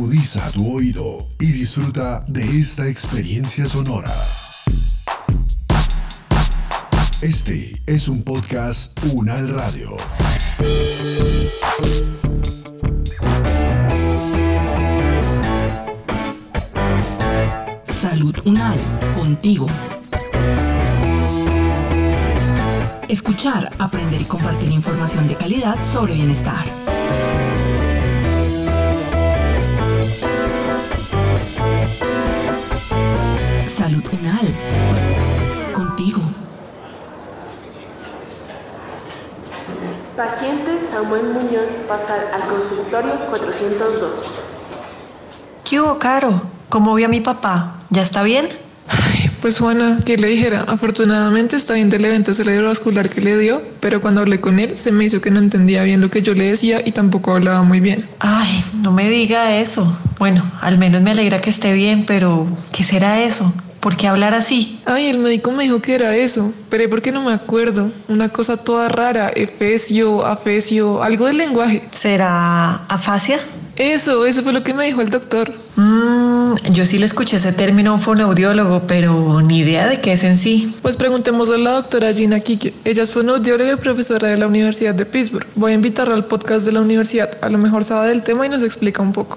Agudiza tu oído y disfruta de esta experiencia sonora. Este es un podcast Unal Radio. Salud Unal, contigo. Escuchar, aprender y compartir información de calidad sobre bienestar. Salud Unal, contigo. Paciente Samuel Muñoz, pasar al consultorio 402. ¿Qué hubo, Caro? ¿Cómo vio a mi papá? ¿Ya está bien? Pues Juana, que le dijera, afortunadamente está bien del evento cerebrovascular que le dio, pero cuando hablé con él se me hizo que no entendía bien lo que yo le decía y tampoco hablaba muy bien. Ay, no me diga eso. Bueno, al menos me alegra que esté bien, pero ¿qué será eso? ¿Por qué hablar así? Ay, el médico me dijo que era eso, pero ¿por qué no me acuerdo? Una cosa toda rara, efesio, afesio, algo del lenguaje. ¿Será afasia? Eso fue lo que me dijo el doctor. Yo sí le escuché ese término a un fonoaudiólogo, pero ni idea de qué es en sí. Pues preguntémosle a la doctora Gina Kike. Ella es fonoaudióloga y profesora de la Universidad de Pittsburgh. Voy a invitarla al podcast de la universidad. A lo mejor sabe del tema y nos explica un poco.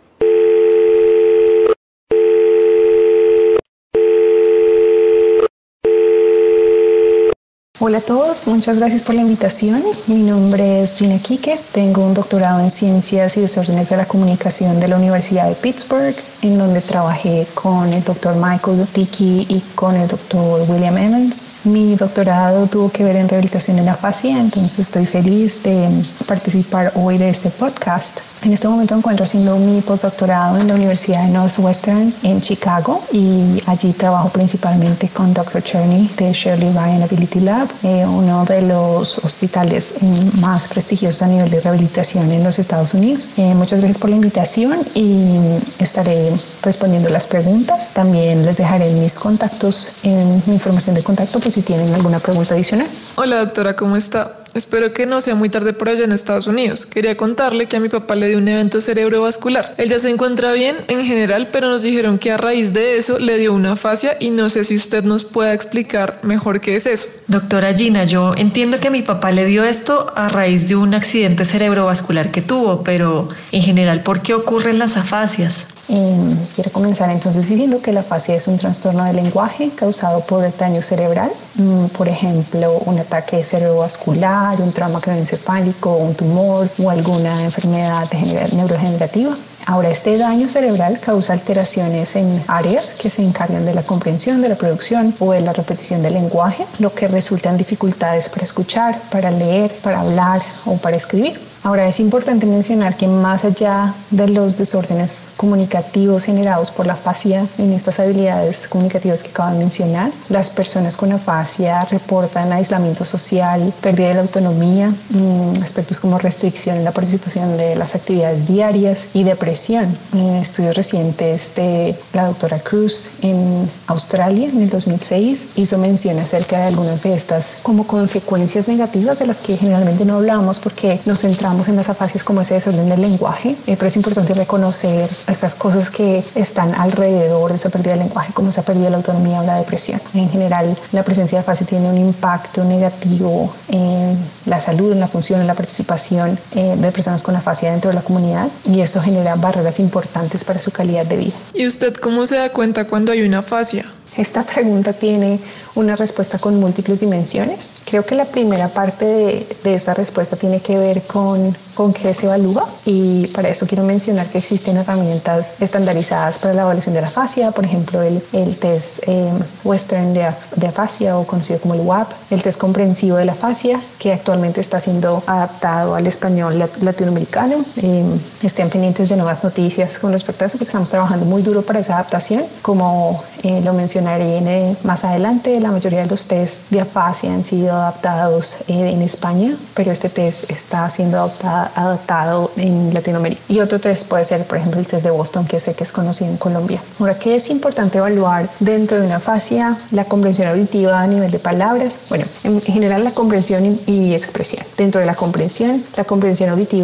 Hola a todos, muchas gracias por la invitación. Mi nombre es Gina Kike, tengo un doctorado en Ciencias y Desórdenes de la Comunicación de la Universidad de Pittsburgh, en donde trabajé con el doctor Michael Dickey y con el doctor William Emmons. Mi doctorado tuvo que ver en rehabilitación en afasia, entonces estoy feliz de participar hoy de este podcast. En este momento me encuentro haciendo mi postdoctorado en la Universidad de Northwestern en Chicago y allí trabajo principalmente con Dr. Cherney de Shirley Ryan Ability Lab, uno de los hospitales más prestigiosos a nivel de rehabilitación en los Estados Unidos. Muchas gracias por la invitación y estaré respondiendo las preguntas. También les dejaré mis contactos en mi información de contacto por si tienen alguna pregunta adicional. Hola doctora, ¿cómo está? Espero que no sea muy tarde por allá en Estados Unidos. Quería contarle que a mi papá le dio un evento cerebrovascular. Él ya se encuentra bien en general, pero nos dijeron que a raíz de eso le dio una afasia y no sé si usted nos pueda explicar mejor qué es eso. Doctora Gina, yo entiendo que a mi papá le dio esto a raíz de un accidente cerebrovascular que tuvo, pero en general, ¿por qué ocurren las afasias? Quiero comenzar entonces diciendo que la afasia es un trastorno del lenguaje causado por daño cerebral, por ejemplo, un ataque cerebrovascular, un trauma craneoencefálico, un tumor o alguna enfermedad neurodegenerativa. Ahora, este daño cerebral causa alteraciones en áreas que se encargan de la comprensión, de la producción o de la repetición del lenguaje, lo que resulta en dificultades para escuchar, para leer, para hablar o para escribir. Ahora, es importante mencionar que más allá de los desórdenes comunicativos generados por la afasia en estas habilidades comunicativas que acabo de mencionar, las personas con afasia reportan aislamiento social, pérdida de la autonomía, aspectos como restricción en la participación de las actividades diarias y depresión. En estudios recientes de la doctora Cruz en Australia en el 2006 hizo mención acerca de algunas de estas como consecuencias negativas de las que generalmente no hablamos porque nos centramos en las afasias como ese desorden del lenguaje, pero es importante reconocer estas cosas que están alrededor de esa pérdida del lenguaje, como esa pérdida de la autonomía o la depresión. En general, la presencia de afasia tiene un impacto negativo en la salud, en la función, en la participación de personas con afasia dentro de la comunidad y esto genera barreras importantes para su calidad de vida. ¿Y usted cómo se da cuenta cuando hay una afasia? Esta pregunta tiene una respuesta con múltiples dimensiones. Creo que la primera parte de esta respuesta tiene que ver con qué se evalúa y para eso quiero mencionar que existen herramientas estandarizadas para la evaluación de la afasia, por ejemplo el test Western de afasia o conocido como el WAP, el test comprensivo de la afasia que actualmente está siendo adaptado al español latinoamericano. Estén pendientes de nuevas noticias con respecto a eso porque estamos trabajando muy duro para esa adaptación. Como lo mencionaré más adelante, la mayoría de los tests de afasia han sido adaptados en España, pero este test está siendo adaptado en Latinoamérica. Y otro test puede ser, por ejemplo, el test de Boston, que sé que es conocido en Colombia. Ahora, ¿qué es importante evaluar dentro de una afasia? La comprensión auditiva a nivel de palabras. Bueno, en general la comprensión y expresión. Dentro de la comprensión auditiva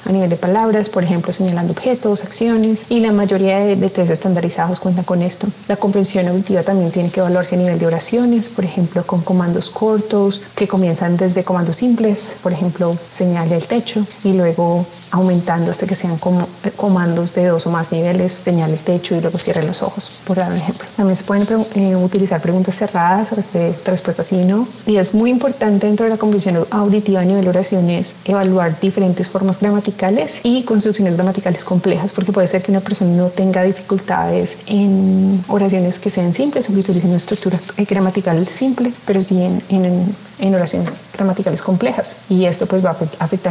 a nivel de palabras, por ejemplo, señalando objetos, acciones, y la mayoría de test estandarizados cuentan con esto. La comprensión auditiva también tiene que evaluarse a nivel de oraciones, por ejemplo, con comandos cortos que comienzan desde comandos simples, por ejemplo, señale el techo, y luego aumentando hasta que sean como comandos de 2 o más niveles, señale el techo y luego cierre los ojos, por dar un ejemplo. También se pueden utilizar preguntas cerradas, respuestas sí y no, y es muy importante dentro de la comprensión auditiva a nivel de oraciones evaluar diferentes formas gramaticales y construcciones gramaticales complejas, porque puede ser que una persona no tenga dificultades en oraciones que sean simples o que utilicen una estructura gramatical simple, pero sí en oraciones gramaticales complejas, y esto pues va a afectar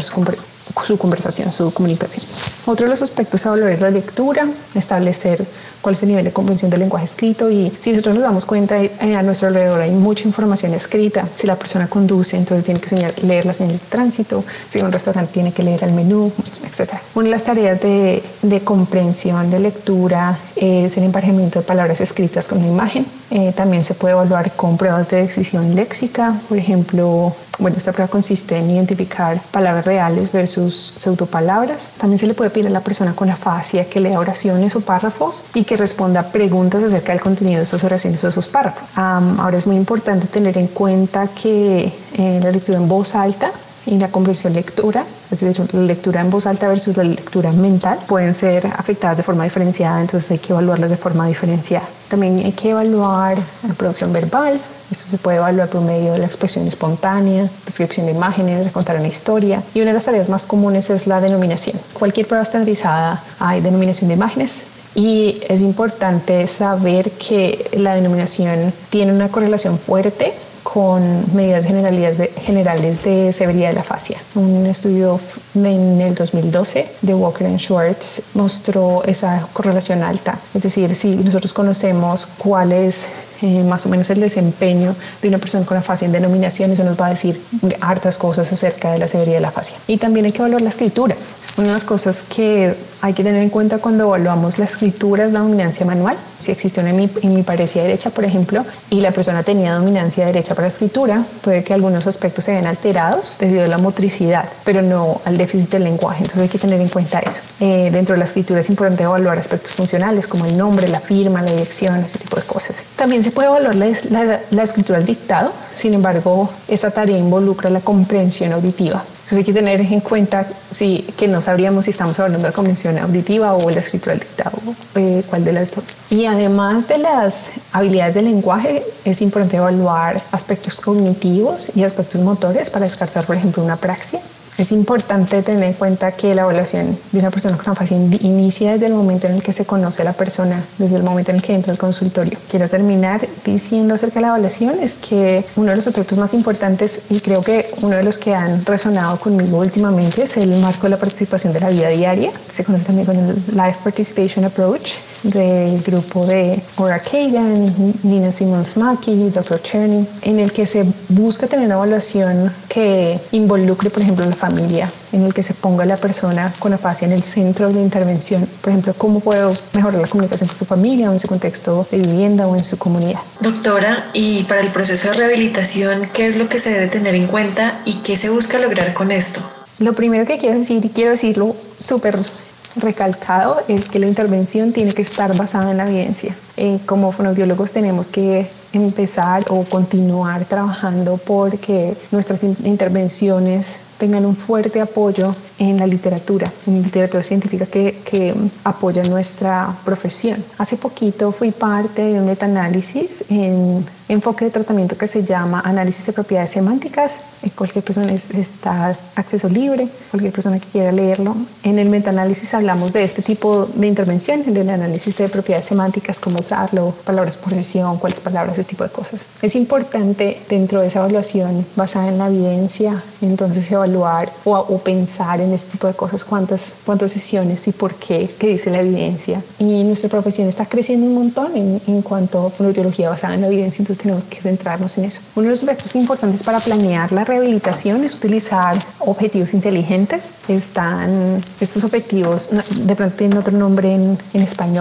su conversación, su comunicación. Otro de los aspectos a evaluar es la lectura, establecer cuál es el nivel de comprensión del lenguaje escrito, y si nosotros nos damos cuenta a nuestro alrededor hay mucha información escrita. Si la persona conduce, entonces tiene que leer las señales de tránsito, si va a un restaurante tiene que leer el menú, etc. Una de las tareas de comprensión de lectura es el emparejamiento de palabras escritas con una imagen. También se puede evaluar con pruebas de decisión léxica, por ejemplo. Esta prueba consiste en identificar palabras reales versus pseudopalabras. También se le puede pedir a la persona con afasia que lea oraciones o párrafos y que responda a preguntas acerca del contenido de esas oraciones o esos párrafos. Ahora es muy importante tener en cuenta que la lectura en voz alta y la comprensión lectura, es decir, la lectura en voz alta versus la lectura mental, pueden ser afectadas de forma diferenciada, entonces hay que evaluarlas de forma diferenciada. También hay que evaluar la producción verbal. Esto se puede evaluar por medio de la expresión espontánea, descripción de imágenes, contar una historia. Y una de las tareas más comunes es la denominación. Cualquier prueba estandarizada hay denominación de imágenes, y es importante saber que la denominación tiene una correlación fuerte con medidas generales de severidad de la afasia. Un estudio en el 2012 de Walker and Schwartz mostró esa correlación alta. Es decir, si nosotros conocemos cuál es más o menos el desempeño de una persona con afasia en denominación, eso nos va a decir hartas cosas acerca de la severidad de la afasia. Y también hay que evaluar la escritura. Una de las cosas que hay que tener en cuenta cuando evaluamos la escritura es la dominancia manual. Si existe una hemiparesia derecha, por ejemplo, y la persona tenía dominancia derecha para la escritura, puede que algunos aspectos se vean alterados debido a la motricidad, pero no al déficit del lenguaje. Entonces hay que tener en cuenta eso. Dentro de la escritura es importante evaluar aspectos funcionales como el nombre, la firma, la dirección, ese tipo de cosas. También se puede evaluar la escritura al dictado. Sin embargo, esa tarea involucra la comprensión auditiva. Entonces hay que tener en cuenta que no sabríamos si estamos hablando de la comprensión auditiva o la escritura al dictado, cuál de las dos. Y además de las habilidades del lenguaje, es importante evaluar aspectos cognitivos y aspectos motores para descartar, por ejemplo, una apraxia. Es importante tener en cuenta que la evaluación de una persona con afasia inicia desde el momento en el que se conoce a la persona, desde el momento en el que entra al consultorio. Quiero terminar diciendo acerca de la evaluación es que uno de los aspectos más importantes, y creo que uno de los que han resonado conmigo últimamente, es el marco de la participación de la vida diaria. Se conoce también con el Life Participation Approach del grupo de Ora Kagan, Nina Simons-Mackey, Dr. Cherny, en el que se busca tener una evaluación que involucre, por ejemplo, la familia, en el que se ponga la persona con afasia en el centro de intervención. Por ejemplo, ¿cómo puedo mejorar la comunicación con su familia o en su contexto de vivienda o en su comunidad? Doctora, y para el proceso de rehabilitación, ¿qué es lo que se debe tener en cuenta y qué se busca lograr con esto? Lo primero que quiero decir, y quiero decirlo súper recalcado, es que la intervención tiene que estar basada en la evidencia. Como fonoaudiólogos tenemos que empezar o continuar trabajando porque nuestras intervenciones tengan un fuerte apoyo en la literatura científica que apoya nuestra profesión. Hace poquito fui parte de un metaanálisis en enfoque de tratamiento que se llama análisis de propiedades semánticas. Cualquier persona está acceso libre, cualquier persona que quiera leerlo. En el metaanálisis hablamos de este tipo de intervención, del análisis de propiedades semánticas, cómo usarlo, palabras por sesión, cuáles palabras, ese tipo de cosas. Es importante dentro de esa evaluación basada en la evidencia, entonces evaluar o pensar en este tipo de cosas, cuántas sesiones y por qué dice la evidencia. Y nuestra profesión está creciendo un montón en cuanto a fonoaudiología basada en la evidencia, entonces tenemos que centrarnos en eso. Uno de los aspectos importantes para planear la rehabilitación es utilizar objetivos inteligentes. Están estos objetivos, de pronto tienen otro nombre en español,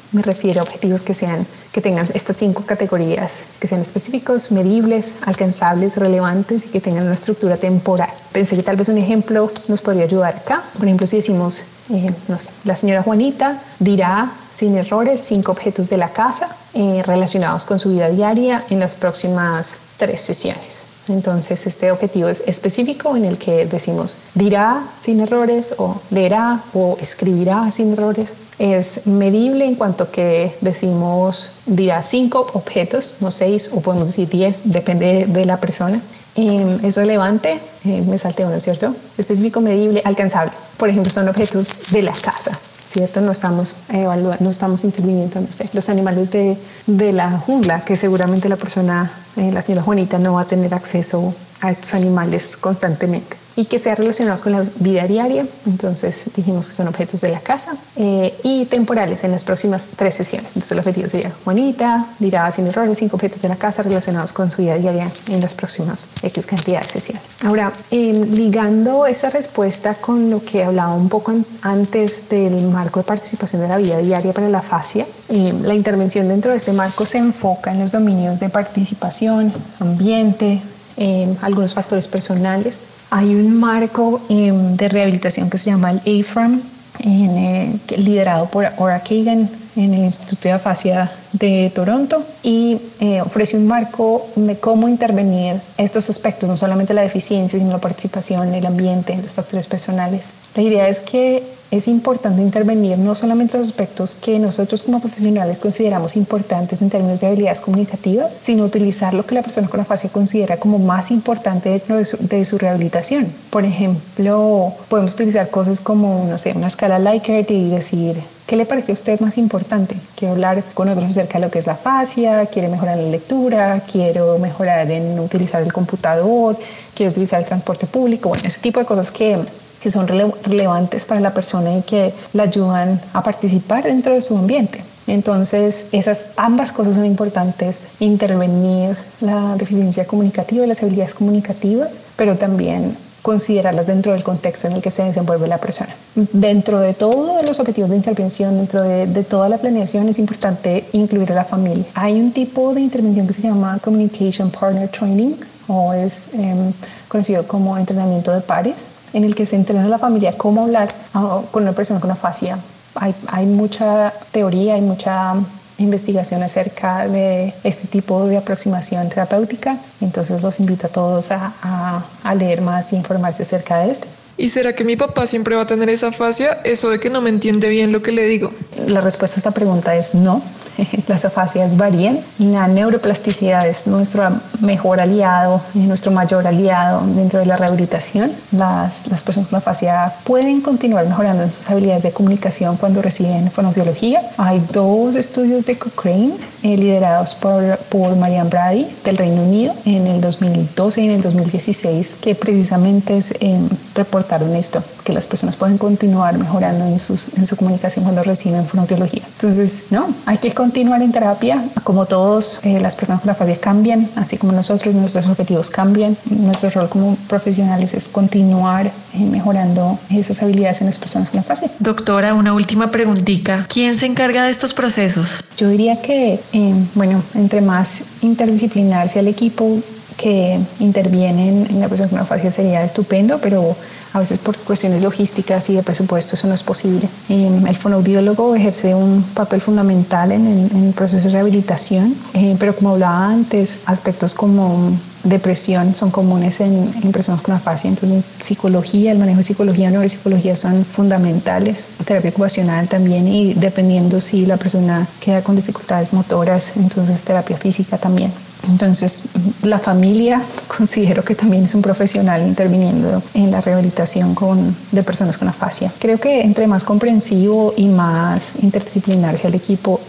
Me refiero a objetivos que tengan estas 5 categorías, que sean específicos, medibles, alcanzables, relevantes y que tengan una estructura temporal. Pensé que tal vez un ejemplo nos podría ayudar acá. Por ejemplo, si decimos, no sé, la señora Juanita dirá sin errores 5 objetos de la casa relacionados con su vida diaria en las próximas 3 sesiones. Entonces, este objetivo es específico en el que decimos dirá sin errores o leerá o escribirá sin errores. Es medible en cuanto que decimos dirá 5 objetos, no 6 o podemos decir 10, depende de la persona. Es relevante, me salté uno, ¿cierto? Específico, medible, alcanzable. Por ejemplo, son objetos de la casa, ¿cierto? No estamos evaluando, no estamos interviniendo, no sé, los animales de la jungla, que seguramente la persona, la señora Juanita, no va a tener acceso a estos animales constantemente. Y que sean relacionados con la vida diaria, entonces dijimos que son objetos de la casa y temporales en las próximas 3 sesiones. Entonces el objetivo sería Juanita dirá sin errores 5 objetos de la casa relacionados con su vida diaria en las próximas X cantidad de sesiones. Ahora, ligando esa respuesta con lo que hablaba un poco antes del marco de participación de la vida diaria para la afasia, la intervención dentro de este marco se enfoca en los dominios de participación, ambiente, algunos factores personales. Hay un marco de rehabilitación que se llama el AFRAM, liderado por Ora Kagan en el Instituto de Afasia de Toronto, y ofrece un marco de cómo intervenir estos aspectos, no solamente la deficiencia, sino la participación, el ambiente, los factores personales. La idea es que es importante intervenir no solamente los aspectos que nosotros como profesionales consideramos importantes en términos de habilidades comunicativas, sino utilizar lo que la persona con afasia considera como más importante dentro de su rehabilitación. Por ejemplo, podemos utilizar cosas como, no sé, una escala Likert y decir, ¿qué le pareció a usted más importante? Quiero hablar con otros acerca de lo que es la afasia, quiere mejorar la lectura, quiero mejorar en utilizar el computador, quiero utilizar el transporte público. Bueno, ese tipo de cosas que son relevantes para la persona y que la ayudan a participar dentro de su ambiente. Entonces, ambas cosas son importantes, intervenir la deficiencia comunicativa y las habilidades comunicativas, pero también considerarlas dentro del contexto en el que se desenvuelve la persona. Dentro de todos los objetivos de intervención, dentro de toda la planeación, es importante incluir a la familia. Hay un tipo de intervención que se llama Communication Partner Training, o es conocido como entrenamiento de pares, en el que se entrena a la familia cómo hablar con una persona con afasia. Hay mucha teoría, hay mucha investigación acerca de este tipo de aproximación terapéutica, entonces los invito a todos a leer más y informarse acerca de esto. ¿Y será que mi papá siempre va a tener esa afasia? Eso de que no me entiende bien lo que le digo. La respuesta a esta pregunta es no. Las afasias varían y la neuroplasticidad es nuestro mejor aliado y nuestro mayor aliado dentro de la rehabilitación. Las personas con afasia pueden continuar mejorando en sus habilidades de comunicación cuando reciben fonoaudiología. Hay 2 estudios de Cochrane liderados por Marianne Brady del Reino Unido en el 2012 y en el 2016 que precisamente reportaron esto, que las personas pueden continuar mejorando en su comunicación cuando reciben fonoaudiología. Entonces, no, hay que continuar en terapia. Como todos, las personas con afasia cambian, así como nosotros, nuestros objetivos cambian. Nuestro rol como profesionales es continuar mejorando esas habilidades en las personas con afasia. Doctora, una última preguntita. ¿Quién se encarga de estos procesos? Yo diría que, entre más interdisciplinar sea el equipo que interviene en la persona con afasia sería estupendo, pero a veces por cuestiones logísticas y de presupuesto eso no es posible. El fonoaudiólogo ejerce un papel fundamental en el proceso de rehabilitación, pero como hablaba antes, aspectos como depresión son comunes en personas con afasia, entonces psicología, el manejo de psicología, neuropsicología son fundamentales, terapia ocupacional también, y dependiendo si la persona queda con dificultades motoras, entonces terapia física también. Entonces, la familia considero que también es un profesional interviniendo en la rehabilitación de personas con afasia. Creo que entre más comprensivo y más interdisciplinar sea el equipo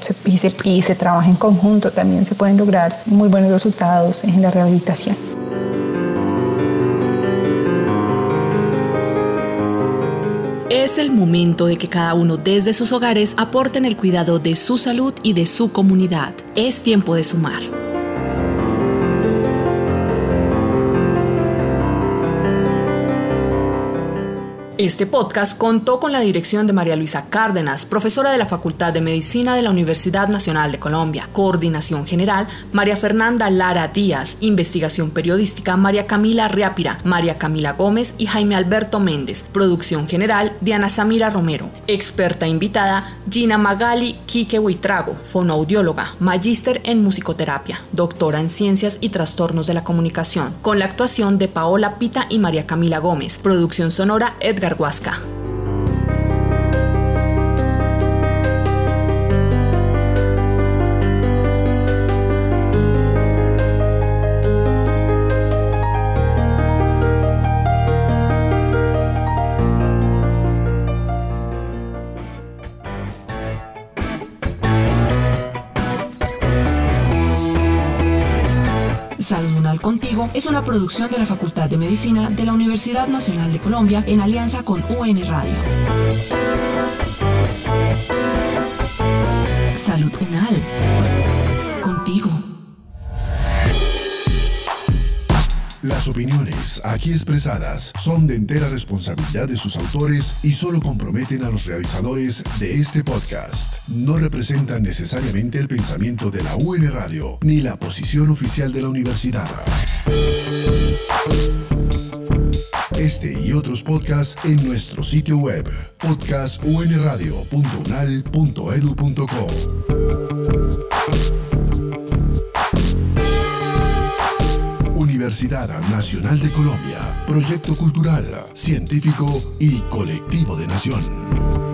y se trabaja en conjunto, también se pueden lograr muy buenos resultados en la rehabilitación. Es el momento de que cada uno desde sus hogares aporte en el cuidado de su salud y de su comunidad. Es tiempo de sumar. Este podcast contó con la dirección de María Luisa Cárdenas, profesora de la Facultad de Medicina de la Universidad Nacional de Colombia. Coordinación general, María Fernanda Lara Díaz. Investigación periodística, María Camila Riápira, María Camila Gómez y Jaime Alberto Méndez. Producción general, Diana Samira Romero. Experta invitada, Gina Magali Quique Huitrago, fonoaudióloga, magíster en musicoterapia, doctora en ciencias y trastornos de la comunicación, con la actuación de Paola Pita y María Camila Gómez. Producción sonora, Edgar Huasca. Salud Mental Contigo es una producción de la Facultad de Medicina de la Universidad Nacional de Colombia en alianza con UN Radio. Salud Mental Contigo. Las opiniones aquí expresadas son de entera responsabilidad de sus autores y solo comprometen a los realizadores de este podcast. No representan necesariamente el pensamiento de la UN Radio ni la posición oficial de la universidad. Este y otros podcasts en nuestro sitio web podcastunradio.unal.edu.co. Universidad Nacional de Colombia, proyecto cultural, científico y colectivo de nación.